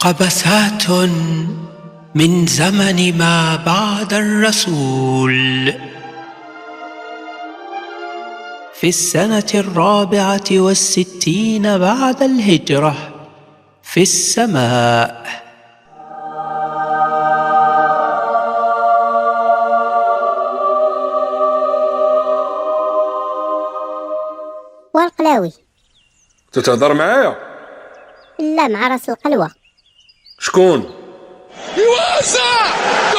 قبسات من زمن ما بعد الرسول في السنة 64 بعد الهجرة في السماء. والقلاوي تتهضر معايا؟ لا، مع راس القلوة. شكون؟ يواسع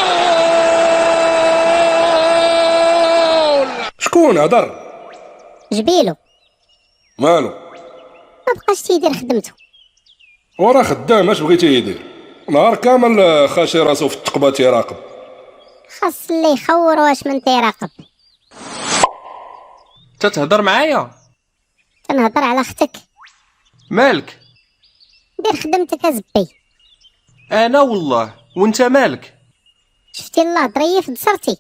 جول. شكون هضر؟ جبيلو مالو؟ ما بقاش تيدير خدمته. وراه خدام، اش بغيتي يدير؟ نهار كامل خاشي راسو في التقبه تيراقب. خاص اللي يخور واش من تيراقب. تتهضر معايا؟ تنهضر على اختك. مالك؟ دير خدمتك ازبي. انا والله، وانت مالك؟ شفتي الله ضريه في دسرتي.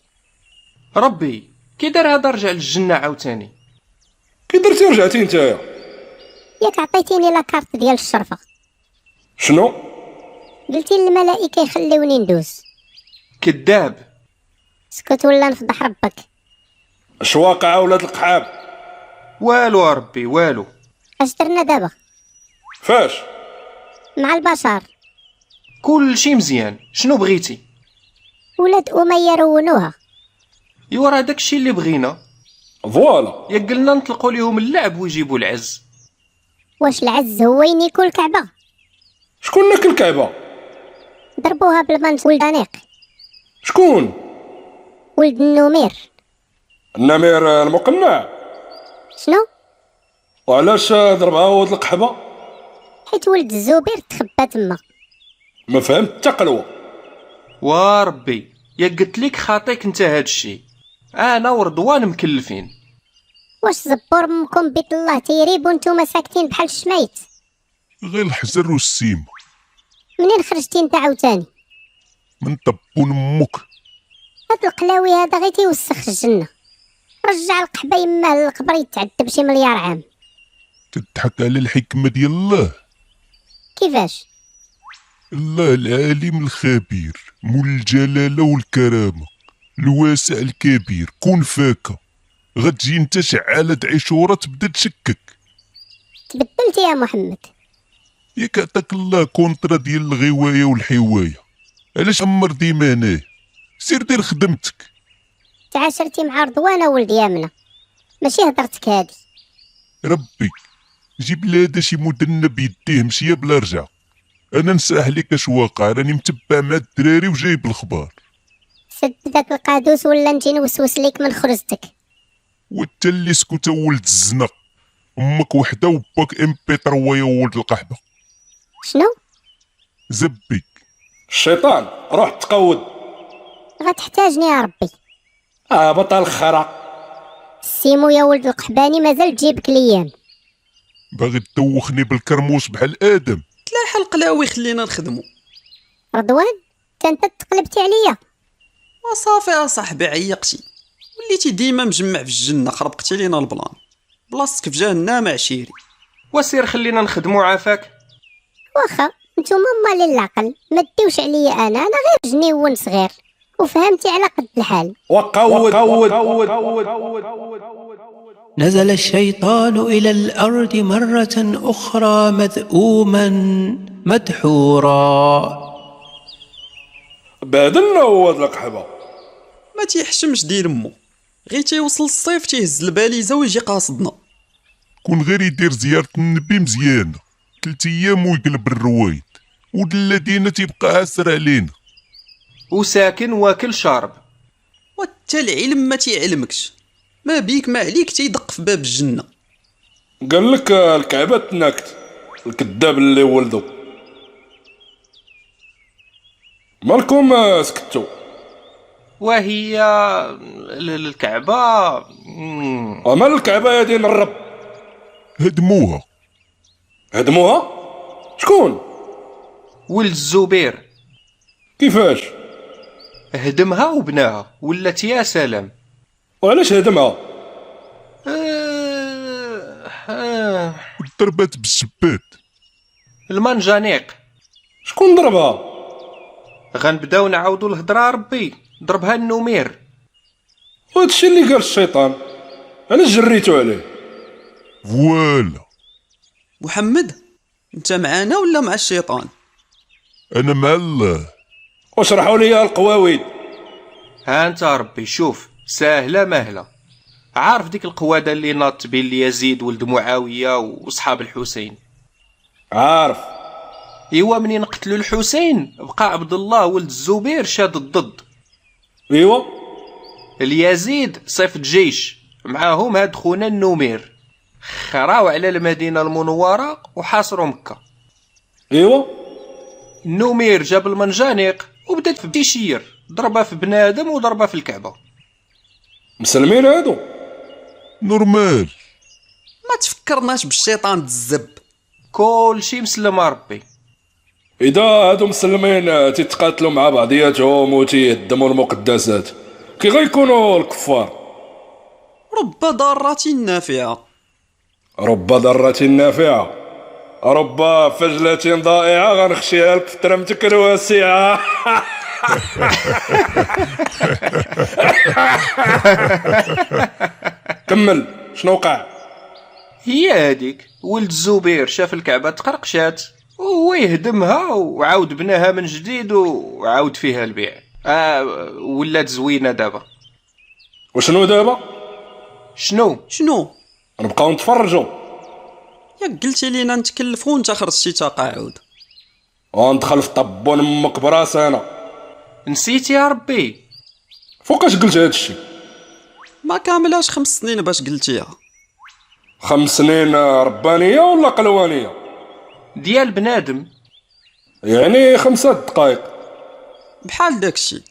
ربي كي دار هذا رجع للجنة عاوتاني. كي درتي رجعتي نتايا؟ ياك عطيتيني لاكارت ديال الشرفة. شنو؟ قلتي للملائكة يخليوني ندوز. كذاب. اسكت ولا نفضح ربك. اش واقع ولاد القحاب؟ والو ربي والو. اش درنا دابا؟ فاش؟ مع البشر. كل شي مزيان، شنو بغيتي؟ ولاد أمية رونوها. يوا راه داكشي اللي بغينا. فوالا. يا قلنا نطلقوا ليهم اللعب ويجيبوا العز. واش العز هو ينيكو الكعبة؟ شكون ناكل الكعبه؟ ضربوها بالبنت ولد انيق. شكون؟ ولد النمير. النمير المقنع؟ شنو؟ وعلاش ضربها ولد القحبه؟ حيت ولد الزبير تخبى تما. ما فهمت حتى قلوه. وربي يا قلت لك خاطيك انت هادشي. انا ورضوان مكلفين. واش زبور امكم بيت الله تيريب وانتوما ساكتين بحال الشمايت؟ غير الحزر والسيم. منين خرجتي انت عاوتاني؟ من طبون امك. هاد القلاوي هذا غير تيوسخ الجنة. رجع القحبة يماه للقبر يتعذب شي مليار عام. تضحك على الحكمة ديال الله. كيفاش؟ الله العالم الخبير، مول الجلالة والكرامة، الواسع الكبير، كون فاكا. غتجي انت شعالة عشورة تبدا تشكك. تبدلتي يا محمد. ياك عطاك الله كونطرا ديال الغواية والحواية، علاش عمر ديما هنايا؟ سير دير خدمتك. تعاشرتي مع رضوانة ولد يامنة، ماشي هضرتك هادي. ربي جيب لي هذا شي مذنب يديه مشيه بلا رجع. انا نساح لك اش واقع، راني متبع مع الدراري وجايب الخبار. سد داك القادوس ولا نجي نوسوس ليك من خرجتك. وانت اللي سكوت ولد الزنا، امك وحده وباك ام بي 3 يا ولد القحبه. شنو؟ زبي الشيطان روح تقود. غتحتاجني يا ربي. بطل الخرا. السيمو يا ولد القحباني مازال تجيبك ليام. باغي تدوخني بالكرموس بحال ادم. تلاح القلاوي خلينا نخدمو. رضوان انت تقلبتي عليا. وصافي اصاحبي عيقتي، وليتي ديما مجمع في الجنة، خربقتي لينا البلان. بلاصتك في جهنم عشيري. وسير خلينا نخدمو عافاك. واخا نتوما مالي العقل ما ديوش عليا انا غير جنيون صغير وفهمتي على قد الحال. وقود. نزل الشيطان إلى الأرض مرة أخرى مذءوما مدحورا. بهدلنا ولد القحبه. ما تيحشمش دير امو، غير تيوصل الصيف تيهز الباليزه ويجي قاصدنا. كون غير يدير زيارة النبي مزيانة 3 أيام ويقلب الرويد، ودلادينا تيبقى عاسر علينا. وساكن واكل شارب. وتا العلم ما تيعلمكش، ما بيك ما عليك تيدق في باب الجنة. قال لك الكعبه تناكت، الكذاب اللي ولدو. مالكم سكتوا؟ وهي الكعبة. ومال الكعبه يا دين الرب؟ هدموها. هدموها؟ شكون؟ ولد الزبير. كيفاش؟ هدمها وبناها ولات يا سلام. وعلاش هدمها؟ ضربات بالسبات. المنجانيق. شكون ضربها؟ غنبداو نعاودو الهضره ربي. ضربها النمير. وهادشي اللي قال الشيطان، علاش جريتو عليه؟ فوالا. محمد، انت معانا ولا مع الشيطان؟ انا مع الله. وشرحوا لي القواويد. ها انت ربي، شوف ساهله ماهله. عارف ديك القواده اللي ناط بين يزيد ولد معاويه وصحاب الحسين؟ عارف. ايوا منين قتلوا الحسين بقى عبد الله ولد الزبير شاد الضد. ايوا. اليزيد صيفط جيش معاهم هاد خونا النمير، خراو على المدينه المنوره وحاصروا مكه. ايوا. النمير جاب المنجانيق وبدات في تيشير، ضربه في بنادم وضربه في الكعبه. مسلمين هادو؟ نورمال. ما تفكرناش بالشيطان الزب. كل شي مسلم ربي. اذا هادو مسلمين تيتقاتلوا مع بعضياتهم وتيهدموا المقدسات، كي غيكونوا الكفار؟ رب ضارة نافعة. رب ضرة نافعة، رب فجلة ضائعة، غنخشيها لك في ترمتك الواسعة. كمل، شنو وقع؟ هي هذيك ولد الزبير شاف الكعبه تقرقشات وهو يهدمها وعاود بناها من جديد وعاود فيها البيع. ولات زوينه دابا. وشنو دابا؟ شنو؟ نبقاو نتفرجوا؟ ياك قلتي لينا نتكلفوا وانت خرجتي تقاعد. وندخل في طبون امك براس انا. نسيتي يا ربي؟ فوقاش قلت هادشي؟ ما كاملاش 5 سنين باش قلتيها. 5 سنين ربانية ولا قلوانية؟ ديال بنادم. يعني 5 دقائق. بحال داكشي.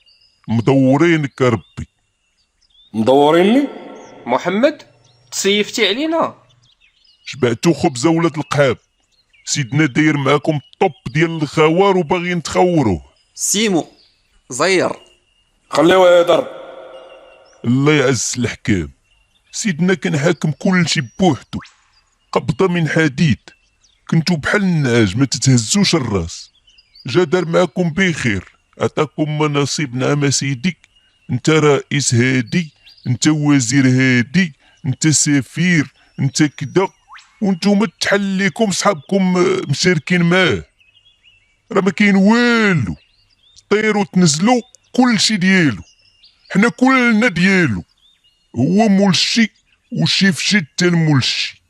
مدورينك ربي. مدوريني؟ محمد تسيفتي علينا. شبعتو خبزة ولاد القحاب. سيدنا داير معاكم الطب ديال الخوار وباغيين تخوروه. سيمو زير. خليوه يهضر. الله يعز الحكام. سيدنا كان حاكم كلشي بوحدو، قبضة من حديد، كنتو بحال النعاج ما تتهزوش الراس. جا دار معاكم بخير، عطاكم مناصب نعم سيدي. انت رئيس هادي، انت وزير هادي، انت سفير، انت كدا، وانتوما تحل ليكم صحابكم مشاركين معاه. راه ما كاين والو، طيروا تنزلوا كلشي ديالو، حنا كلنا ديالو. هو مولشي وشيف حتى المولشي.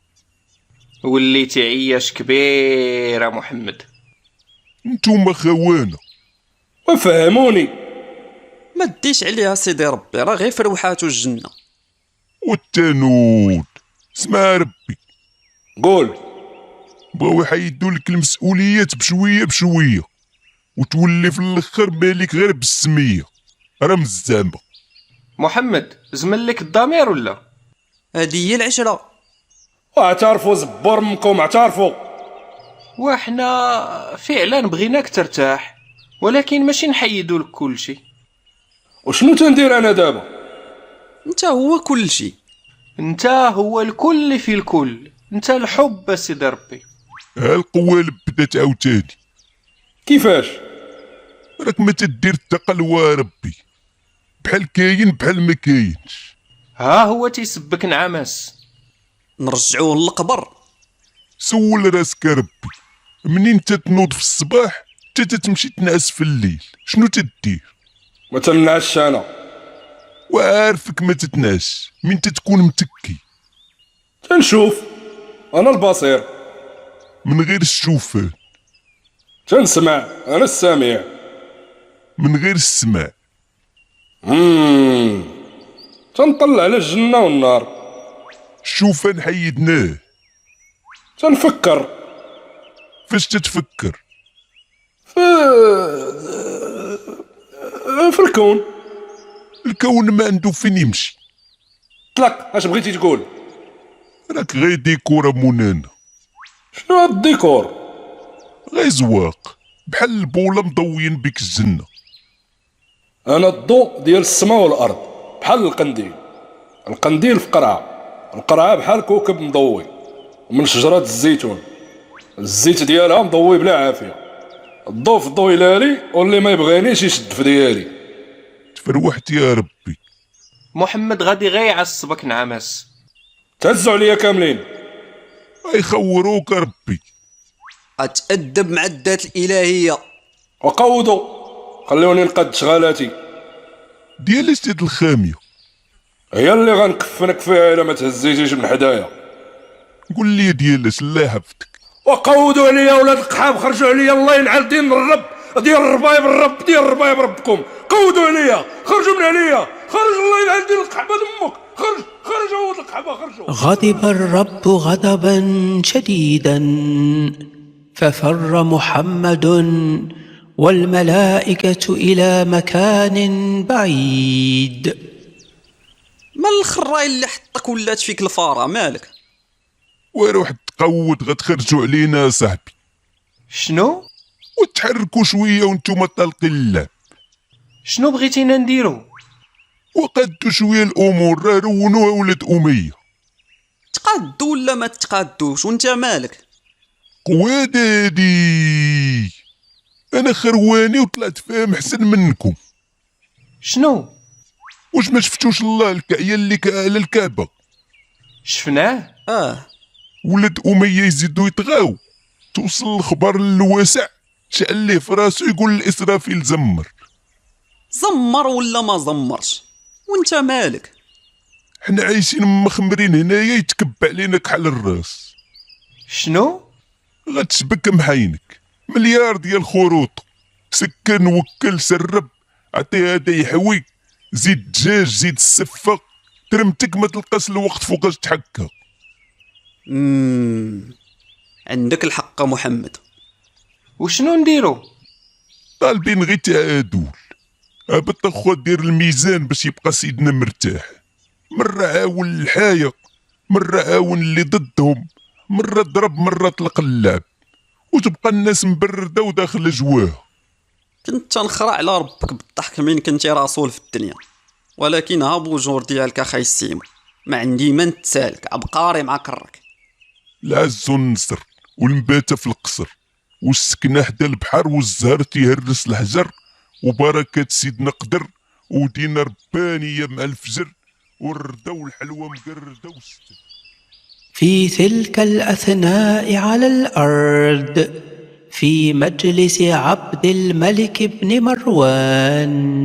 وليتي عياش كبير يا محمد. نتوما خوانه. وفهموني. ما ديش عليها سيدي ربي، راه غير فروحات الجنة. والتانود اسمع ربي، قول. بغاو يحيدوا لك المسؤوليات بشويه بشويه، وتولي في الاخر مالك غير بالسميه. راه مزامه. محمد زمن لك الضمير ولا؟ هذه هي العشرة. واعترفوا زبور امكم، اعترفوا. وحنا فعلا بغيناك ترتاح، ولكن ماشي نحيدوا لك كل شيء. وشنو تندير انا دابا؟ انت هو كل شيء. انت هو الكل في الكل، انت الحب سيدي ربي. ها القوالب بدات عاوتاني. كيفاش؟ راك ما تدير التقلوى ربي، بحال كاين بحال ما كاينش. ها هو تيسبك نعماس. نرجعوه للقبر. سول راسك ربي، منين تتنوض في الصباح حتى تتمشي تنعس في الليل شنو تدير؟ ما تنعش انا. وعارفك ما تتنعش من تتكون متكي. تنشوف، انا البصير. من غير الشوفان. تنسمع، انا السامع. من غير السماع. تنطلع على الجنة والنار. الشوفان حيدناه. تنفكر. فاش تتفكر؟ في الكون. الكون ما عنده فين يمشي. طلق، اش بغيتي تقول؟ راك غير ديكور منانا. شنو هاد الديكور؟ غير زواق بحال البوله مضويين بك الجنه. انا الضوء ديال السماء والارض، بحال القنديل. القنديل في قرعه، القرعه بحال كوكب مضوي، ومن شجره الزيتون الزيت ديالها مضوي بلا عافيه. الضو في الضو هلالي، واللي ما يبغينيش يشد في ديالي. تفروحت يا ربي. محمد غادي غير يعصبك نعمس. تهزوا عليا كاملين. يخوروك ربي. اتأدب مع الذات الإلهية. وقودوا، خليوني نقد شغالاتي. ديال سيد الخامية هي اللي غنكفنك فيها الا ما تهزيتيش من حدايا. قول لي ديالاش الله يحفظك. وقودوا عليا ولاد القحاب، خرجوا عليا الله ينعل دين الرب ديال الربايب، الرب ديال الربايب ربكم. قودوا عليا، خرجوا من عليا، خرج الله ينعل دين القحبه دمك، خرج ولاد القحبه خرجوا. غضب الرب غضبا شديدا ففر محمد والملائكة إلى مكان بعيد. ما الخراي اللي حطك ولات فيك الفاره مالك؟ وروح تقود غتخرجوا علينا صاحبي. شنو وتحركوا شويه وانتم طالقين اللعب. شنو بغيتينا نديرو؟ وقدوا شويه الامور، راه رونوها ولاد اميه. تقادوا ولا ما تقادوش وانت مالك؟ قوادادي انا خرواني وطلعت فاهم احسن منكم. شنو واش ما شفتوش الله الكعيه اللي على الكعبه؟ شفناه؟ ولاد اميه يزيدوا يطغاو، توصل الخبر للواسع، شعل ليه في راسو يقول الاسرافيل زمر. زمر ولا ما زمرش وانت مالك؟ حنا عايشين مخمرين هنايا يتكب علينا كحل الراس. شنو غتشبك محاينك مليار ديال خروط، سكن وكل سرب، عطي هذا يحوي، زيد دجاج زيد السفه، ترمتك ما تلقاش الوقت فوقاش تحكى. عندك الحق محمد. وشنو نديرو؟ طالبين غير تعادل. هبط اخو دير الميزان باش يبقى سيدنا مرتاح. مرة عاون الحايق، مرة عاون اللي ضدهم، مرة ضرب مرة طلق اللعب، وتبقى الناس مبردة وداخل جواها. كنت تنخرع على ربك بالضحك من كنتي رسول في الدنيا، ولكن ها بوجور ديالك اخاي السيم ما عندي ما نتسالك، عبقاري مع كرك. العز والنصر والمباتة في القصر، والسكنة حدا البحر، والزهر تيهرس الحجر، وبركة سيدنا قدر، ودينا ربانية مع الفجر، والردة والحلوى مقردة والستر. في تلك الأثناء على الأرض في مجلس عبد الملك بن مروان.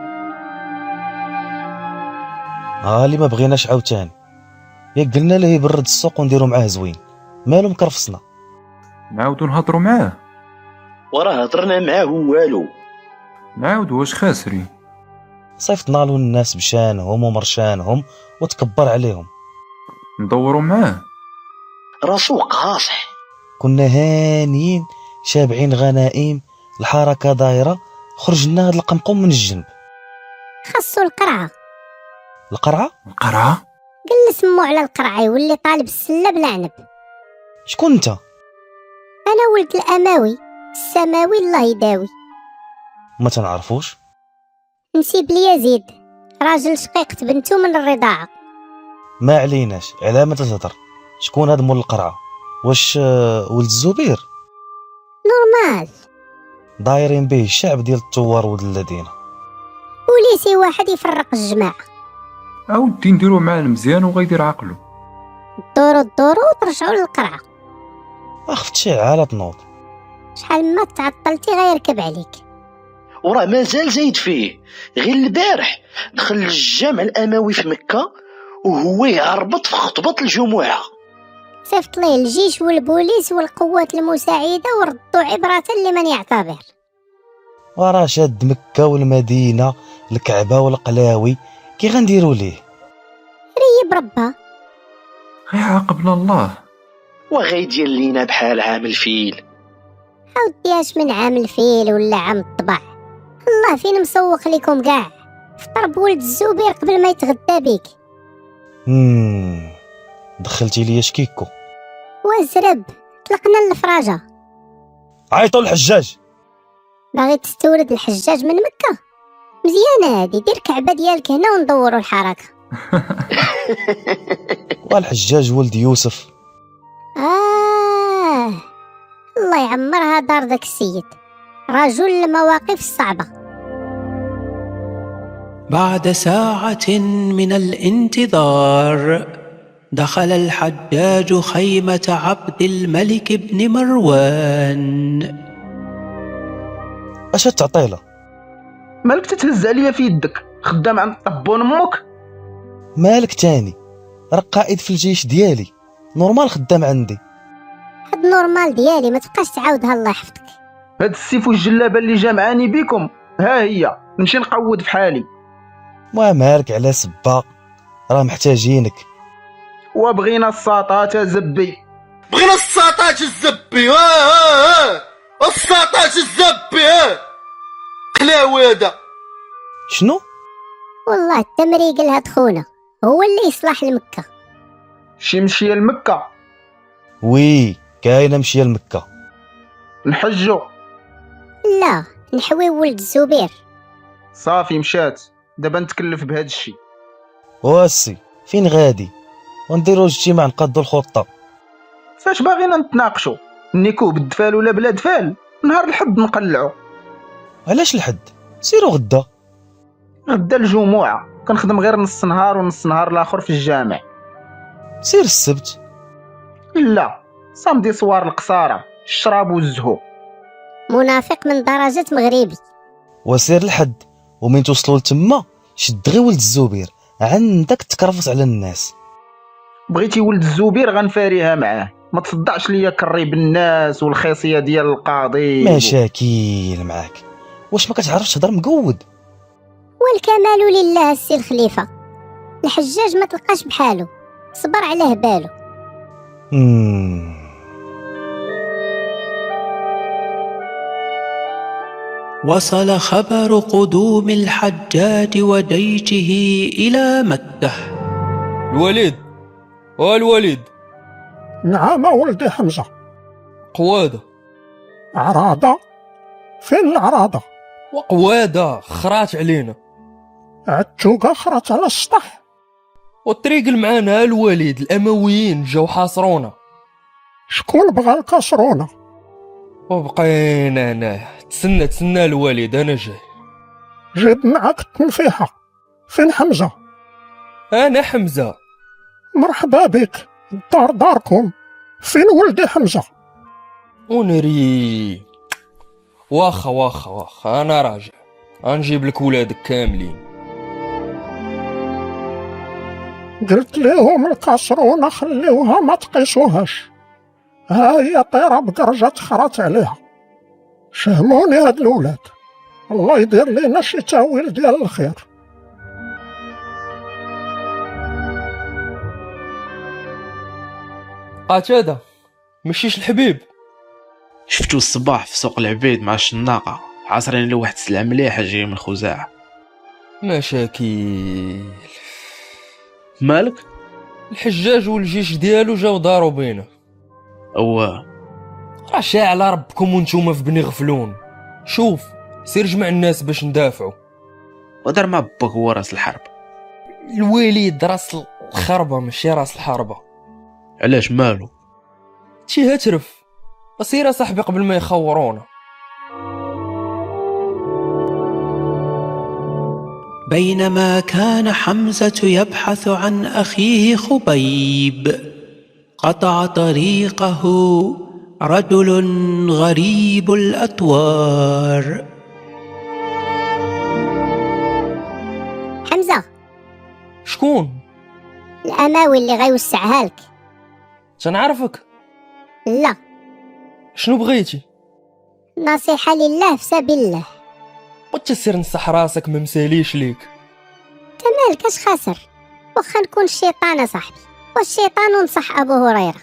اللي ما بغيناش عاوتاني، يا قلنا له يبرد السوق ونديرو معاه زوين، مالو مكرفصنا. نعاودو نهضرو معاه. وراه هضرنا معاه والو. نعاود واش خاسرين؟ صيفطنا له الناس بشانهم ومرشانهم وتكبر عليهم. ندورو معاه. راسو قاصح. كنا هانيين شابعين غنائم، الحركه دايره، خرجنا هاد القمقم من الجنب. خاصو القرعه. القرعه؟ قل سمو على القرعه يولي طالب السله بلا عنب. شكون انت؟ انا ولد الاماوي السماوي الله يداوي. ما تنعرفوش؟ نسيب ليزيد راجل شقيقة بنته من الرضاعه. ما عليناش، على ما تهضر. شكون هاد مول القرعه؟ واش ولد الزبير؟ نورمال. دايرين به الشعب ديال الثوار ولد الذين، وليسي واحد يفرق الجماعه. عاودي نديرو معاه المزيان وغيدير عقلو. دورو وترجعوا للقرعه. اخفت شعاله تنوض. شحال ما تعطلتي غيركب عليك. وراه مازال زايد فيه. غير البارح دخل الجامع الاموي في مكه وهو يهربط في خطبه الجمعه. صيفط ليه الجيش والبوليس والقوات المساعده وردوا عبره لمن يعتبر. وراه شاد مكه والمدينه الكعبه والقلاوي، كي غنديروا ليه؟ ريب ربها. غير عاقبنا الله. وغيدير لينا بحال عام الفيل. عاودياش من عام الفيل ولا عام الطبع. الله فين مسوق لكم كاع. فطر بولد الزبير قبل ما يتغدى بيك. دخلتي ليا شكيكو. وازرب طلقنا الفراجه. عيطوا الحجاج. باغي تستورد الحجاج من مكه؟ مزيانه هادي، دير كعبه ديالك هنا وندوروا الحركه. والحجاج ولد يوسف. الله يعمرها دار داك السيد. رجل المواقف الصعبة. بعد ساعة من الانتظار دخل الحجاج خيمة عبد الملك بن مروان. اش تعطيله؟ مالك تتهز عليا في يدك؟ خدام عند طبون امك؟ مالك تاني؟ راك قائد في الجيش ديالي، نورمال خدام عندي. هاد نورمال ديالي ما تبقاش تعاودها، الله يحفظك. هاد السيف والجلابه اللي جامعاني بكم ها هي، نمشي نقود في حالي. مالك على سبا، راه محتاجينك. وبغينا الساطات زبي. بغينا الساطات الزبي. ها الساطات الزبي. ها قلاوي هذا شنو؟ والله التمريق لهاد خونا هو اللي يصلح لمكة. شي مشيه لمكة؟ وي كاينه مشيه لمكة. نحجو؟ لا نحوي ولد الزبير. صافي مشات، دابا نتكلف بهاد الشي. واسي فين غادي؟ ونديرو اجتماع نقادو الخطه. فاش باغينا نتناقشوا؟ نيكو بالدفال ولا بلا دفال؟ نهار الحد نقلعو. علاش الحد؟ سيرو غدا. غدا الجمعة، كنخدم غير نص نهار ونص نهار الاخر في الجامع. سير السبت. لا صامدي صوار القصارى، الشراب والزهو. منافق من درجة مغربي. وسير الحد، ومن توصلوا لتما شد غير ولد الزبير، عندك تكرفص على الناس. بغيتي ولد الزبير غنفاريها معاه، ما تصدعش ليا كري بالناس والخيصيه ديال القاضي. مشاكل معاك، واش ما كتعرفش تهضر مقود؟ والكمال لله السي الخليفة، الحجاج ما تلقاش بحالو، صبر على هبالو. وصل خبر قدوم الحجاج وجيشه إلى مكة. الوليد، والوليد. نعم ولدي حمزة. قوادة. عرادة؟ فين العرادة؟ وقوادة خرات علينا. عتوقة خرات على السطح. والطريق المعانا الوليد، الأمويين جاو حاصرونا. شكون بغا يكسرونا؟ وبقينا انا تسنى الوالد، انا جاي. جيب معاك التنفيحة. فين حمزة؟ انا حمزة. مرحبا بك، الدار داركم. فين ولدي حمزة؟ ونري واخا انا راجع، غنجيب لك ولادك كاملين. قلت ليهم الكسرونة خليوها ما تقيسوهاش، ها هي طيرة بقرجة تخرات عليها. شهموني هاد الولاد، الله يدير لينا شي تاويل ديال الخير. قتادة مشيش الحبيب؟ شفتو الصباح في سوق العبيد مع الشناقة، عصرين له واحد السلعة مليحة جاي من خزاعة. مشاكل. مالك؟ الحجاج والجيش ديالو جاو دارو بينا. راه شاع على ربكم وانتوما في بني غفلون. شوف سير جمع الناس باش ندافعوا. ودار مع باك هو راس الحرب. الوليد راس الخربة ماشي راس الحربة. علاش مالو؟ شي هترف، سير صاحبي قبل ما يخورونا. بينما كان حمزة يبحث عن أخيه خبيب، قطع طريقه رجل غريب الأطوار. حمزة. شكون؟ الأماوي اللي غيوسعها لك. تنعرفك؟ لا. شنو بغيتي؟ نصيحة لله في سبيل الله. وتسير نصح راسك ما مساليش ليك. انت مالك اش خاسر؟ واخا نكون الشيطان صاحبي، والشيطان ونصح ابو هريره.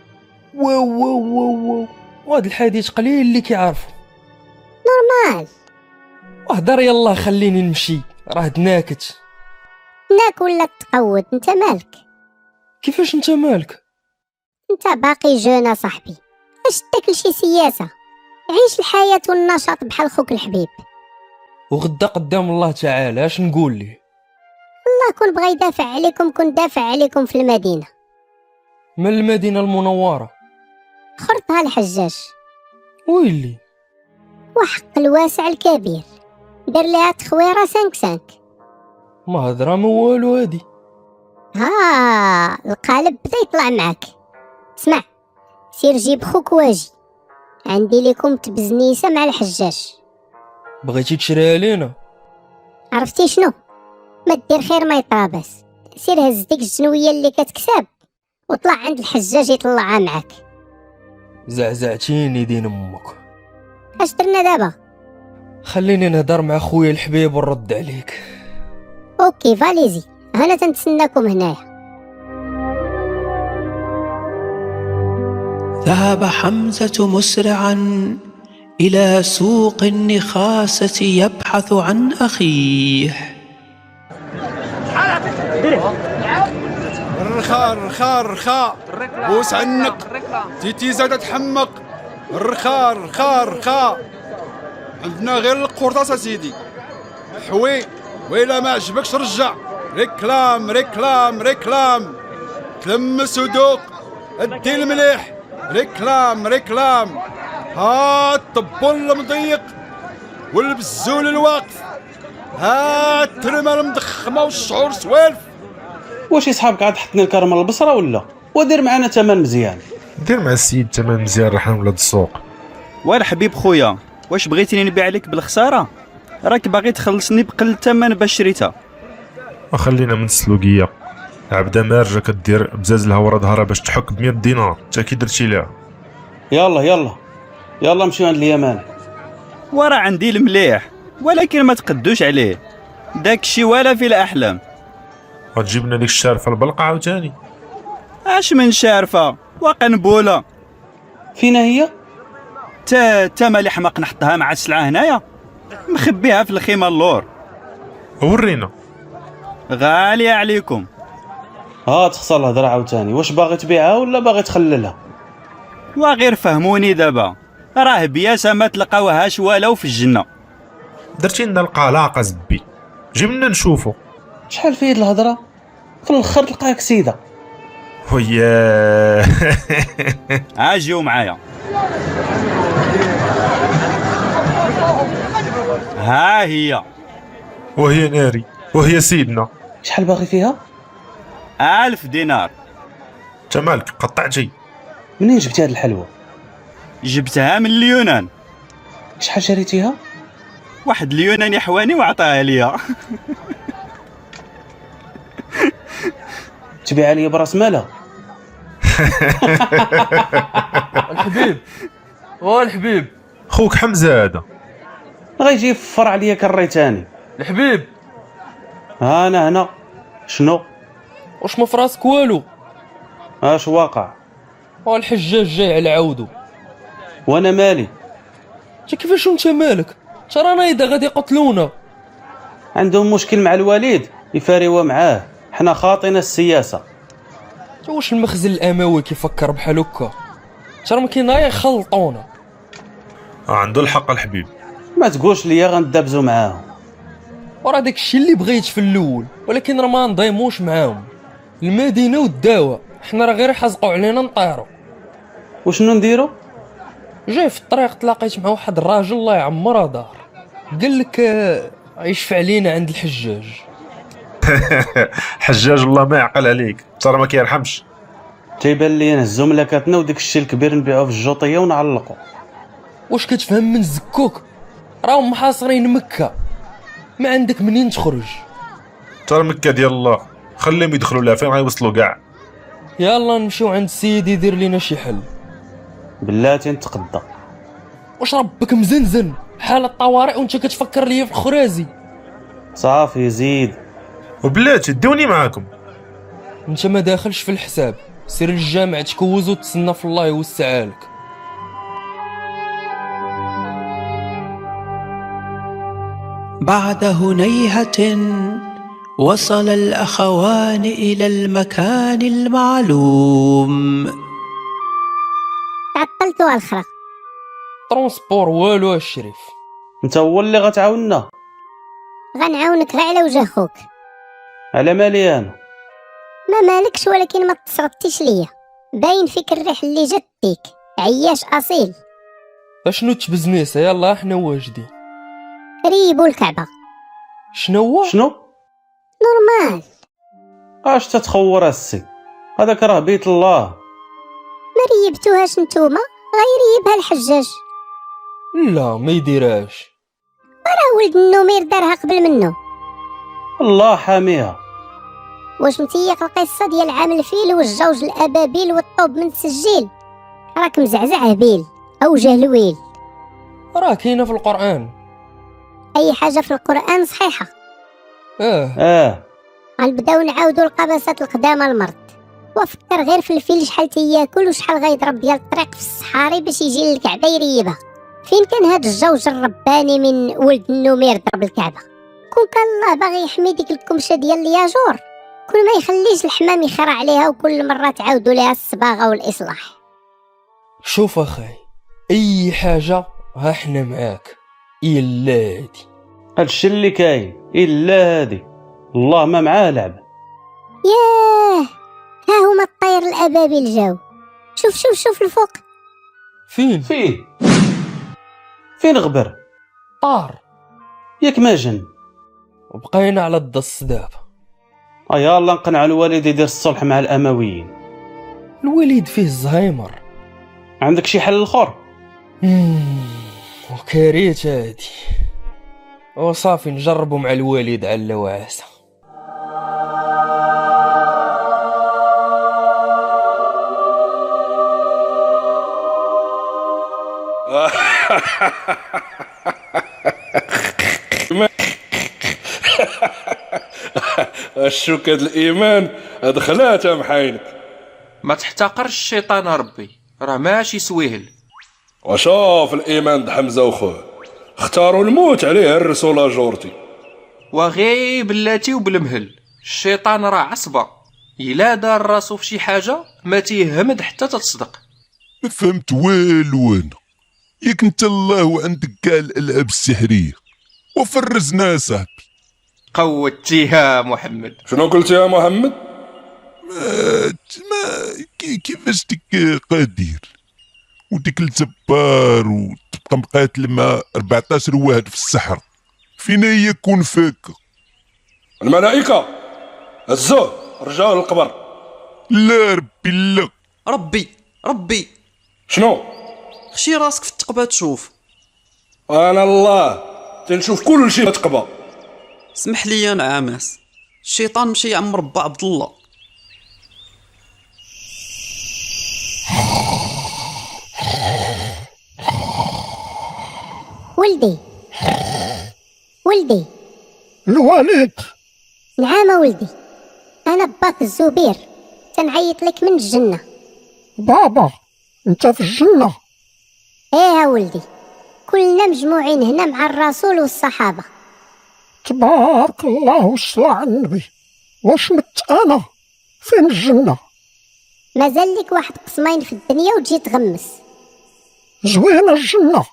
واو وهاد الحديث قليل اللي كيعرفو. نورمال. وهدر يلا خليني نمشي، راه تناكت. ناك ولا تقود، انت مالك؟ كيفاش انت مالك؟ انت باقي جونا صاحبي، اش تاكل شي سياسه؟ عيش الحياه والنشاط بحال خوك الحبيب. وغدا قدام الله تعالى اش نقول ليه؟ الله كون بغى يدافع عليكم كون دافع عليكم في المدينه. من المدينه المنوره. خرطها الحجاج. ويلي وحق الواسع الكبير دير ليها تخويره 5-5. ما هضره ما والو هادي. القالب بدا يطلع معاك. اسمع، سير جيب خوك واجي، عندي لكم تبزنيسه مع الحجاج. بغيتي تشريها لينا؟ عرفتي شنو، ما دير خير ما يطابس. سير هز ديك الجنويه اللي كتكسب وطلع عند الحجاج يطلعها معاك. زعزعتيني دين امك. اش درنا دابا؟ خليني نهضر مع خويا الحبيب ونرد عليك. اوكي فاليزي، انا تنتسناكم هنايا. ذهب حمزة مسرعا إلى سوق النخاسة يبحث عن أخيه. رخا بوس عنك تيتي زاد تحمق. رخا عندنا غير القرطاس سيدي. حوي ويلا ما عجبكش رجع. ريكلام تلمس ودوق ادي المليح. ريكلام ها الطبول المضيق والبزول الواقف، ها الترمه المضخمه والشعور سوالف. واش يصحابك عاد حطني الكرمه البصره ولا ودير معنا تمن مزيان؟ دير مع السيد تمن مزيان رحنا ولاد السوق. والحبيب خويا، واش بغيتيني نبيع عليك بالخساره؟ راك باغي تخلصني بقل الثمن باش شريتها. وخلينا من السلوقيه. عبده مارجه كدير بزاز الهوره ظهرها باش تحك ب100 دينار، انت كي درتي لها. يلا مشيو عند اليمان. ورا عندي المليح ولكن ما تقدوش عليه، داكشي ولا في الاحلام. غتجيب لنا ديك الشارفه البلقه عاوتاني؟ اش من شارفه وقنبوله. فينا هي؟ تا مالي حماق نحطها مع السلعه هنايا، مخبيها في الخيمه اللور. ورينا. غاليه عليكم. تخسر الهضره عاوتاني. واش باغي تبيعها ولا باغي تخللها؟ وغير فهموني دابا، راه بياسه ما تلقاوهاش ولو في الجنه. درتي لنا القلاقه زبي، جيب لنا نشوفو. شحال في يد الهضره، في الاخر تلقاك سيده. وياه اجيو معايا. ها هي. وهي ناري وهي سيدنا. شحال باغي فيها؟ 1000 دينار. انت مالك قطعتي؟ منين جبتي هاد الحلوى؟ جبتها من اليونان. شحال شريتيها؟ واحد اليوناني حواني وعطاها ليا. تبيعها ليا براس مالها. الحبيب خوك حمزه هذا غيجي يفر عليا كريتاني. الحبيب انا هنا. شنو؟ واش ما فراسك والو؟ اش واقع؟ الحجاج جاي على عودو. وانا مالي؟ انت كيفاش وانت مالك؟ ترانا اذا غادي يقتلونا. عندهم مشكل مع الوليد يفاريوا معاه، حنا خاطينا السياسه. واش المخزن الاموي كيفكر بحال هكا؟ ترى ما كاين غير يخلطونا. عنده الحق الحبيب. ما تقولش ليا غندابزو معاهم. وراه داكشي اللي بغيت في الاول، ولكن راه ما نضيموش معاهم. المدينه والدواء حنا راه غير حزقوا علينا نطيروا. وشنو نديرو؟ جاي في الطريق تلاقيت مع واحد الراجل الله يعمرها دار، قال لك يشفع علينا عند الحجاج. حجاج الله ما يعقل عليك، ترى ما كيرحمش. تيبان لي نهزو ملكاتنا وديك الشيء الكبير نبيعوه في الجوطيه ونعلقو. واش كتفهم من الزكوك؟ راهم محاصرين مكه، ما عندك منين تخرج. ترى مكه ديال الله، خليهم يدخلوا لها فين غيوصلوا كاع. يلا نمشيو عند السيد يدير لينا شي حل. بلاتي نتقدى. واش ربك مزنزن حال الطوارئ وانت كتفكر ليا في الخرازي؟ صافي زيد. وبلاتي دوني معاكم. انت ما داخلش في الحساب، سير للجامع تكوز وتسنى في الله يوسعها لك. بعد هنيهة وصل الأخوان إلى المكان المعلوم. تعطلتوا على الخرا. ترونسبور والو الشريف. انت هو اللي غتعاوننا. غنعاونك غير على وجه خوك. على مالي انا؟ ما مالكش، ولكن ما تصغبتيش ليا، باين فيك الريح اللي جات ديك. عياش اصيل. اشنو تبزنيسه؟ يلا احنا واجدين. ريبوا الكعبة. شنو نورمال. اش تتخور السي؟ هذاك راه بيت الله. ما ريبتوهاش نتوما، غيريبها الحجاج. لا ما يديرهاش، راه ولد النمير دارها قبل منه. الله حاميها. واش متيق القصه ديال عام الفيل والجوج الابابيل والطوب من السجيل؟ راك مزعزع هبيل او جهلويل. راه كاينه في القرآن. اي حاجه في القرآن صحيحه. غنبداو نعاودو القبسات القدامى المرض. وفكر غير في الفيل شحال تياكل وشحال غيضرب ديال الطريق في الصحاري باش يجي للكعبه يريبها. فين كان هاد الجوج الرباني من ولد النمير ضرب الكعبه؟ كون كان الله باغي يحمي ديك الكمشه ديال الياجور، كل ما يخليش الحمام يخرع عليها وكل مره تعاودوا ليها الصباغه والاصلاح. شوف اخاي، اي حاجه ها حنا معاك الا هادي. هادشي اللي كاين الا هادي، الله ما معاه لعب. ياه، ها هما الطير الابابيل جاو. شوف الفوق. فين غبر؟ طار ياك ما جن. وبقينا على الدص دابا. يلا نقنع الوالد يدير الصلح مع الامويين. الوليد فيه الزهايمر. عندك شي حل اخر؟ وكريت هادي وصافي نجربوا مع الوالد على وعسى. الشوك هاد الايمان دخلاتها محاينك. ما تحتقرش الشيطان ربي، راه ماشي سويهل. وشوف الايمان د حمزه وخوه اختاروا الموت عليه الرسول جورتي. وغي بلاتي وبالمهل، الشيطان راه عصبه، الا دار راسو في شي حاجه ما تيهمد حتى تتصدق. ما فهمت والو انا. ياك انت الله وعندك كاع الالعاب السحريه وفرزنا صاحبي. قوتيها محمد. شنو قلت يا محمد؟ ما كيفاش ديك قادير وديك الجبار وتبقى مقاتل مع 14 واحد في الصحراء؟ فين هي كون فاكه؟ الملائكه هزوه رجعوه للقبر. لا ربي لا. ربي شنو؟ خشي راسك في التقبه تشوف. انا الله تنشوف كل شيء تقبى. اسمح لي انا عامس، الشيطان مشي يعمر با عبد الله. ولدي الوالد. نعم ولدي، انا باك الزبير، تنعيط لك من الجنه. بابا انت في الجنه؟ ايه ولدي، كلنا مجموعين هنا مع الرسول والصحابه. تبارك الله والصلاة على النبي. واش مت انا فين الجنه؟ مازال لك واحد قسمين في الدنيا وتجي تغمس. زوينه الجنه.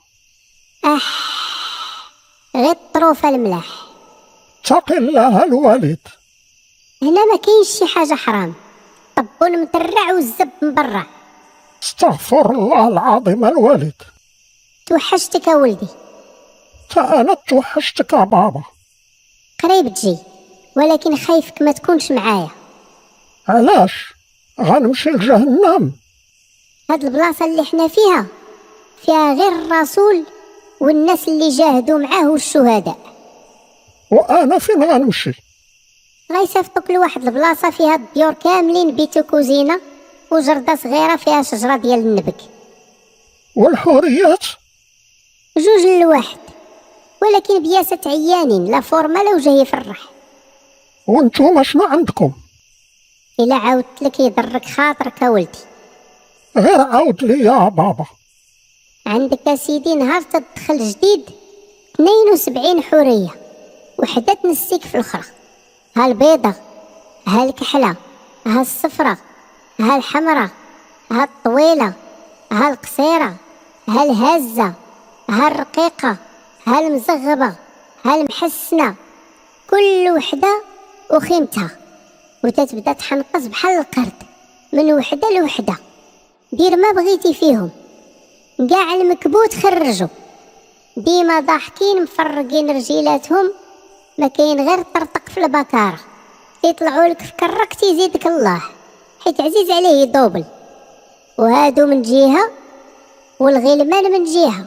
غير الطروفه الملاح. اتقي الله الوالد. هنا ما كاينش شي حاجه حرام، طبون مترع والزب مبرع. استغفر الله العظيم الوالد. توحشتك يا ولدي. انا توحشتك يا بابا. قريب تجي، ولكن خايفك ما تكونش معايا. علاش؟ غنمشي لجهنم. هاد البلاصه اللي حنا فيها غير الرسول والناس اللي جاهدوا معاه والشهداء. وانا فين غنمشي؟ غيصيفطوك لواحد البلاصه فيها الديور كاملين بيت وكوزينه وجرده صغيره فيها شجره ديال النبك. والحوريات؟ 2 لواحد، ولكن بياسة عيانين، لا فورمه لا وجه يفرح. وانتوما شنو عندكم؟ الا عاودت لك يضرك خاطرك يا ولدي. غير عاود لي يا بابا. عندك يا سيدي نهار تدخل جديد 72 حوريه، وحده تنسيك في الاخرى. ها البيضه، ها الكحله، ها الصفرة، ها الحمراء، ها الطويله، ها القصيره، ها الهازه، ها الرقيقه، ها المزغبه، ها المحسنه، كل وحده وخيمتها، وتتبدا تحنقص بحال القرد من وحده لوحده. دير ما بغيتي فيهم، كاع المكبوت خرجوا، ديما ضاحكين مفرقين رجيلاتهم، ما كاين غير طرطق في البكاره. يطلعوا لك في كرك تيزيدك الله، حيت عزيز عليه يدوبل. وهادو من جهه والغلمان من جهه،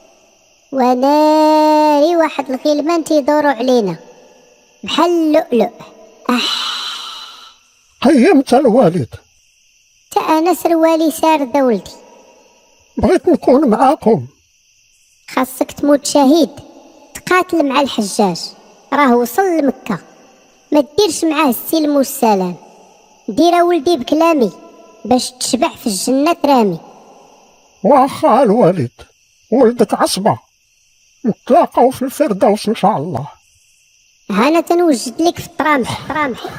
وناري واحد الغلمان تيدوروا علينا بحال اللؤلؤ. قيمت الوالد. تا انا سروالي سارده ولدي، بغيت نكون معاكم. خاصك تموت شهيد، تقاتل مع الحجاج، راه وصل لمكة، ما ديرش معاه السلم والسلام. دير ولدي بكلامي باش تشبع في الجنة رامي. واخا الوالد، ولدك عصبة، نتلاقاو في الفردوس ان شاء الله. هانا تنوجد لك في الطرامح.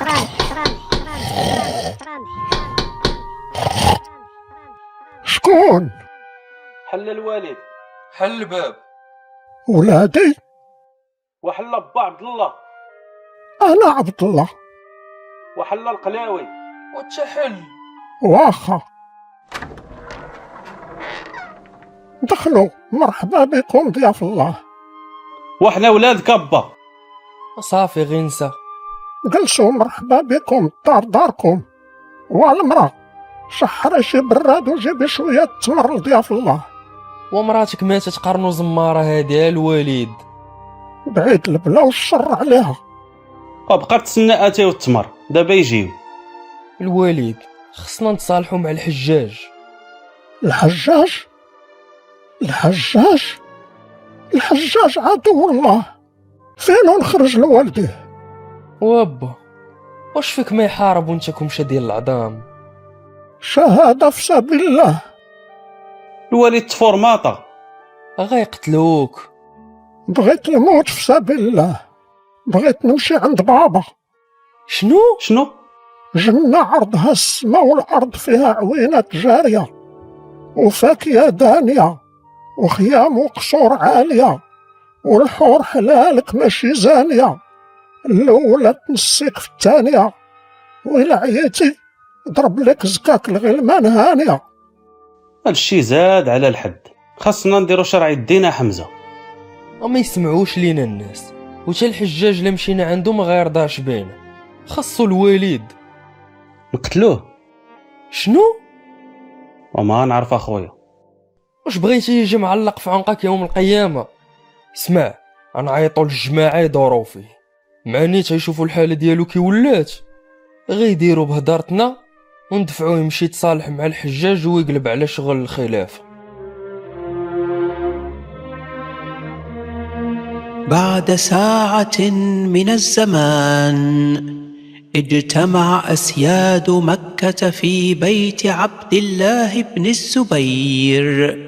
شكون؟ حل الوالد. حل الباب. ولادي. وحل با عبد الله. انا عبد الله. وحل القلاوي. وتحل. واخا. دخلوا، مرحبا بكم ضياف الله. وحنا ولاد كبا. صافي غير نسى. جلسوا، مرحبا بكم، الدار داركم. والمرأة شحري شي براد وجيبي شوية تمر لضياف الله. ومراتك ماتت قرنو زمارة هادي الوالد. بعيد البلا والشر عليها. وبقى تسنى اتاي والتمر، دابا يجيو. الوالد خصنا نتصالحوا مع الحجاج. الحجاج عدو الله، فين نخرج لوالديه؟ وابا واش فيك ما يحارب وانت كمشة ديال العظام؟ شهادة في سبيل الله. الوالد تفورماطا غيقتلوك. بغيت نموت في سبيل الله، بغيت نمشي عند بابا. شنو؟ جنة عرضها السماء والأرض، فيها عوينات جارية وفاكهة دانية وخيام وقصور عالية، والحور حلالك ماشي زانية، الأولى تنسيك في الثانية، وإلا عييتي ضرب لك زكاك الغلمان هانية. هادشي زاد على الحد، خاصنا نديرو شرع الدين حمزة. وما يسمعوش لينا الناس، وتا الحجاج لا مشينا عنده ما غيرضاش بينا، خاصو الوالد. نقتلوه. شنو؟ وما نعرف اخويا. واش بغيتي يجي معلق في عنقك يوم القيامة؟ اسمع، غنعيطو للجماعة يدورو فيه، مع نيت يشوفوا الحالة ديالو كي ولات، غيديروا بهدارتنا وندفعوه يمشي يتصالح مع الحجاج ويقلب على شغل الخلافة. بعد ساعة من الزمان اجتمع أسياد مكة في بيت عبد الله بن الزبير.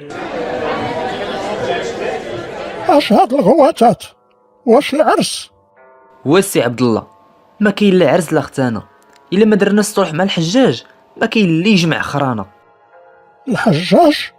اش هاد الغواتات؟ واش العرس؟ واسي عبد الله، ما كاين لا عرس لا ختانه، الا ما درنا الصلح مع الحجاج ما كاين اللي يجمع خرانا. الحجاج؟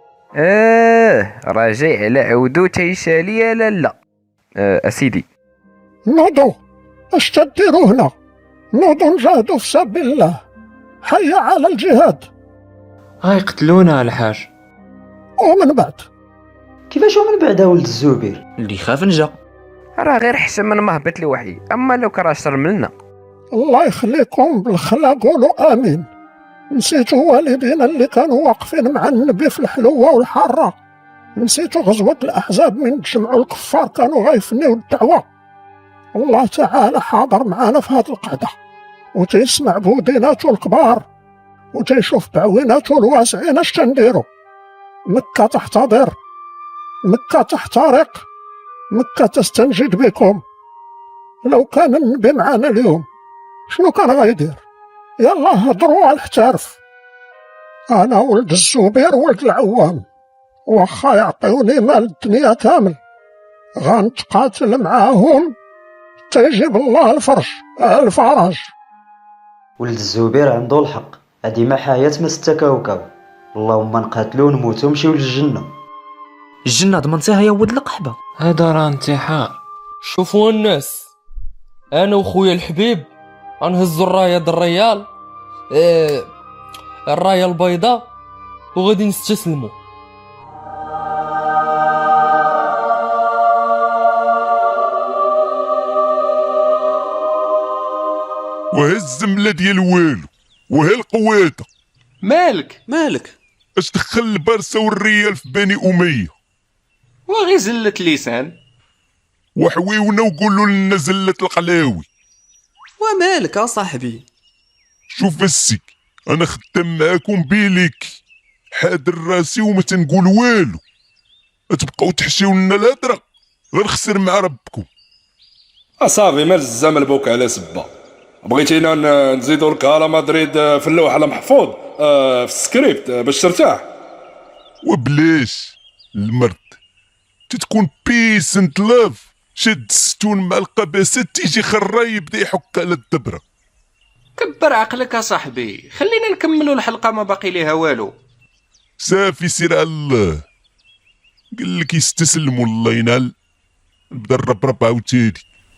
راه جاي على عودو تيشالي. لا اسيدي، نوضو، اش تديروا هنا؟ نوضو نجاهدوا في سبيل الله، حي على الجهاد. غيقتلونا الحاج. ومن بعد؟ كيفاش ومن بعد ولد الزبير؟ اللي خاف نجا. راه غير حشم من مهبط لوحي، اما لو كان شر منا. الله يخليكم بالخلا، قولوا امين. نسيتوا والدينا اللي كانوا واقفين مع النبي في الحلوة والحارة؟ نسيتوا غزوة الأحزاب من تجمعوا الكفار كانوا غيفنيوا الدعوة؟ الله تعالى حاضر معانا في هذه القعدة، وتيسمع بوديناتو الكبار، وتيشوف بعويناتو الواسعين اش تنديروا. مكة تحتضر، مكة تحترق، مكة تستنجد بكم. لو كان النبي معانا اليوم شنو كان غيدير؟ يلا هضروا على الحتارف. انا ولد الزبير ولد العوام، واخا يعطيوني مال الدنيا كامل غنتقاتل معاهم تيجيب الله الفرج. ولد الزبير عنده الحق، هادي ما حياة ما ستة كوكب. اللهم نقاتلو نموتو نمشيو للجنة. الجنة ضمنتيها يا ولد القحبة؟ هذا راه انتحار. شوفوا الناس، انا وخويا الحبيب غنهزو الرايه د الريال، الرايه البيضاء، وغادي نستسلموا. وها الزمله ديال والو وها القواده. مالك اش دخل البارسا والريال في بني اميه؟ وغي زلة اللسان. وحويونا وقولوا لنا زلة القلاوي. ومالك اصاحبي؟ شوف السي، انا خدام معاكم بيليك، حاضر راسي وما تنقول والو. تبقاو تحشيو لنا الهضره غنخسر مع ربكم. اصافي مال الزمن البوك على سبه. بغيتينا نزيدو لك على مدريد في اللوحه على محفوظ في السكريبت باش ترتاح. وبلاش المرض تتكون بيس اند لاف، شاد الستون مع القباسات تيجي خراي يبدا يحك على الدبره. كبر عقلك اصاحبي، خلينا نكملوا الحلقه ما باقي ليها والو. صافي سير على الله. قال لك يستسلم والله ينال. نبدا الربرب عاوتاني.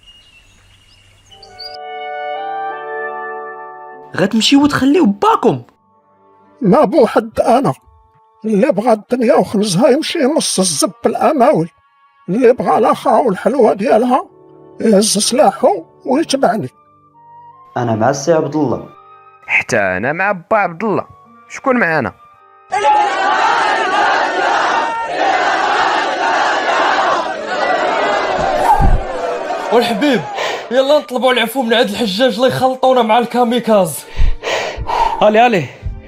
غتمشيو وتخليو باكم؟ ما بوحد انا اللي بغى الدنيا وخنزها يمشي يمص الزب بالاماول، اللي بغى الاخرى والحلوه ديالها يهز سلاحو ويتبعني. انا مع السي عبد الله. حتى انا مع با عبد الله. شكون معانا؟ والحبيب يلا نطلبوا العفو من عند الحجاج اللي يخلطونا مع الكاميكاز. هالي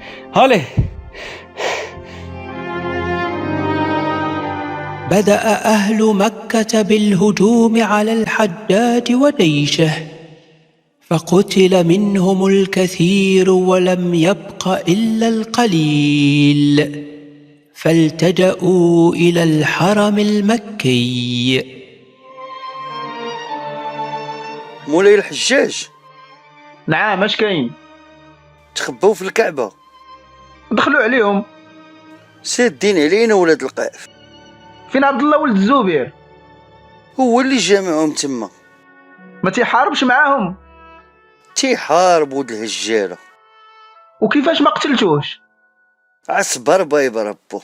بدأ أهل مكة بالهجوم على الحجاج وجيشه، فقتل منهم الكثير ولم يبق إلا القليل، فالتجأوا إلى الحرم المكي. مولاي الحجاج. نعم اش كاين؟ تخباو في الكعبة. دخلوا عليهم. سادين علينا ولاد القاف. فين عبد الله ولد الزبير؟ هو اللي جامعهم تما. ما تيحاربش معاهم؟ تيحارب ولد الهجالة. وكيفاش ما قتلتوش؟ عصبر بايب ربو.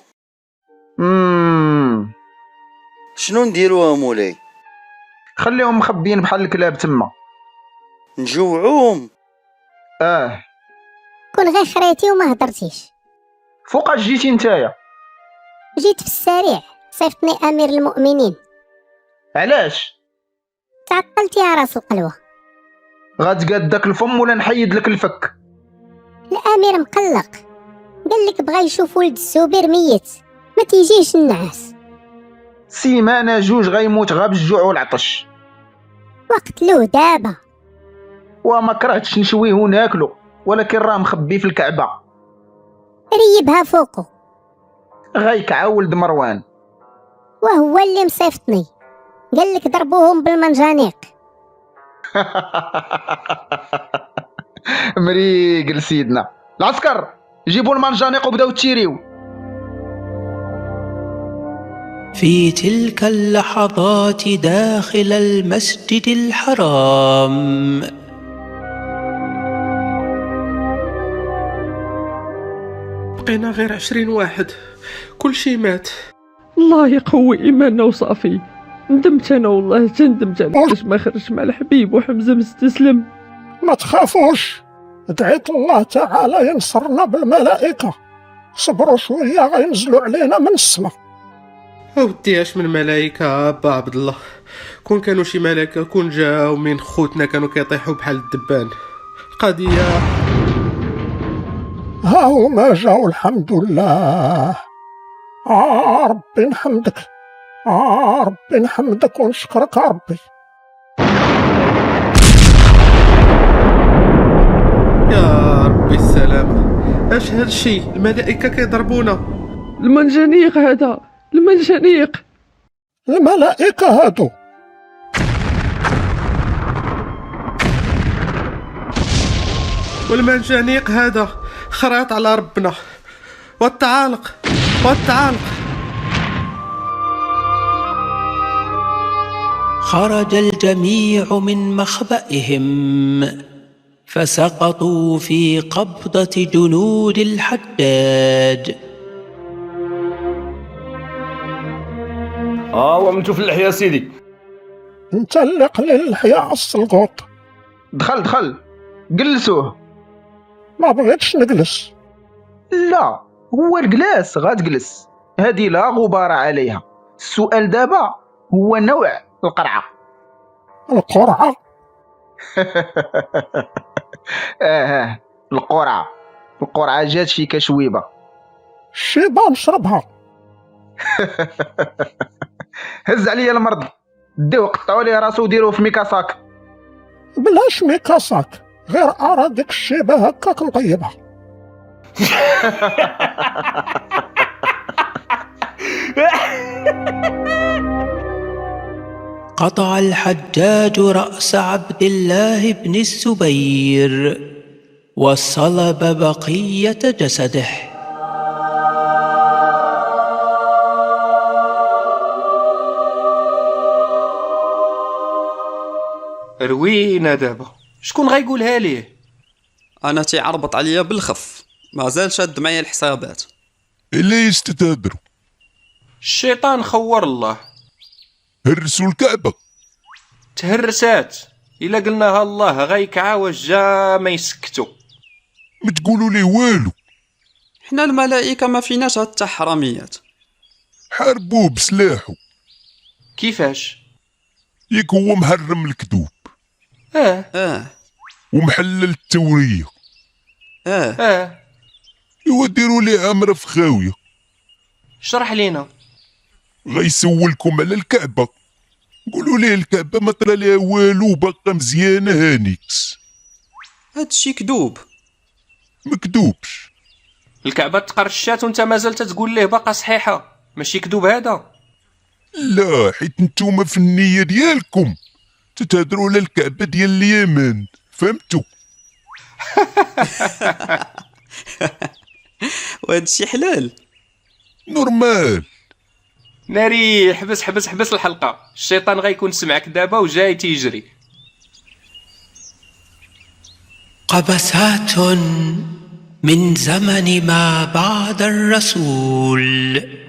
شنو نديروها مولاي؟ خليهم مخبيين بحال الكلاب تما. نجوعوهم؟ كون غير خريتي وما هضرتيش. فوقاش جيتي نتايا؟ جيت في السريع، صيفطني امير المؤمنين. علاش؟ تعقلتي يا راس القلوه. غتقاد داك الفم ولا نحيد لك الفك؟ الامير مقلق، قال لك بغا يشوف ولد الزبير ميت، ما تيجيش النعاس. سيمانه جوج غيموت غا بالجوع والعطش. وقتلوه دابا. وما كرهتش نشويه وناكلو، ولكن راه مخبي في الكعبه. ريبها فوقو. غيكعا ولد مروان. وهو اللي مصيفطني، قال لك ضربوهم بالمنجانيق. مريقل سيدنا. العسكر جيبوا المنجانيق وبداو تشيريو. في تلك اللحظات داخل المسجد الحرام بقينا غير 20 واحد، كل شي مات. الله يقوي ايماننا وصافي. ندمت انا والله تندمت انا باش ما خرجت مع الحبيب وحمزه مستسلم. ما تخافوش، دعيت الله تعالى ينصرنا بالملائكه. صبروا شويه غينزلوا علينا من السماء. اودي اش من ملائكه با عبد الله، كون كانوا شي ملائكه كون جاو من خوتنا كانوا كيطيحوا بحال الدبان. القضيه ها هما جاو الحمد لله. ربي نحمدك، ربي نحمدك ونشكرك ربي. يا ربي السلامه. اش هاد الشي؟ الملائكه كيضربونا. المنجنيق هذا، المنجنيق. الملائكه هادو. والمنجنيق هذا خرات على ربنا. والتعالق خرج الجميع من مخبئهم فسقطوا في قبضة جنود الحجاج. وعملتو في اللحية سيدي. انت اللي قليل اللحية السلقوط. دخل جلسوه. ما بغيتش نجلس. لا، هو الجلاس غتجلس، هذه لا غبار عليها. السؤال دابا هو نوع القرعة. القرعة؟ القرعة جات فيك شويبة. الشيبة نشربها. هز عليا المرض، ديوه قطعوا ليه راسو وديروه في ميكاساك. بلاش ميكاساك، غير ارى ديك الشيبة هكاك نطيبها. قطع الحجاج رأس عبد الله بن الزبير وصلب بقية جسده. روينا دابا، شكون غيقولها ليه؟ انا تيعربط عليا بالخف، مازال شاد معايا الحسابات. إلا يستتادروا. الشيطان خور الله. هرسوا الكعبة. تهرسات، إلا قلناها الله غيكعاوج جا ما يسكتوا. ما تقولوا ليه والو. حنا الملائكة ما فيناش هاد التحرميات. حاربوه بسلاحه. كيفاش؟ ياك هو محرم الكذوب. ومحلل التورية. ايوا ديروا ليه عمرة في خاوية. شرح لينا. غيسولكم على الكعبة، قولوا ليه الكعبة ما طرا ليها والو، باقا مزيانة هانيكس. هادشي كذوب. مكذوبش. الكعبة تقرشات وانت مازال تقول ليه باقا صحيحة، ماشي كذوب هذا. لا، حيت نتوما في النية ديالكم تتهدروا على الكعبة ديال اليمن، فهمتوا؟ وهادشي حلال نورمال. ناري، حبس الحلقة، الشيطان غيكون سمعك دابا وجاي تيجري. قبسات من زمن ما بعد الرسول.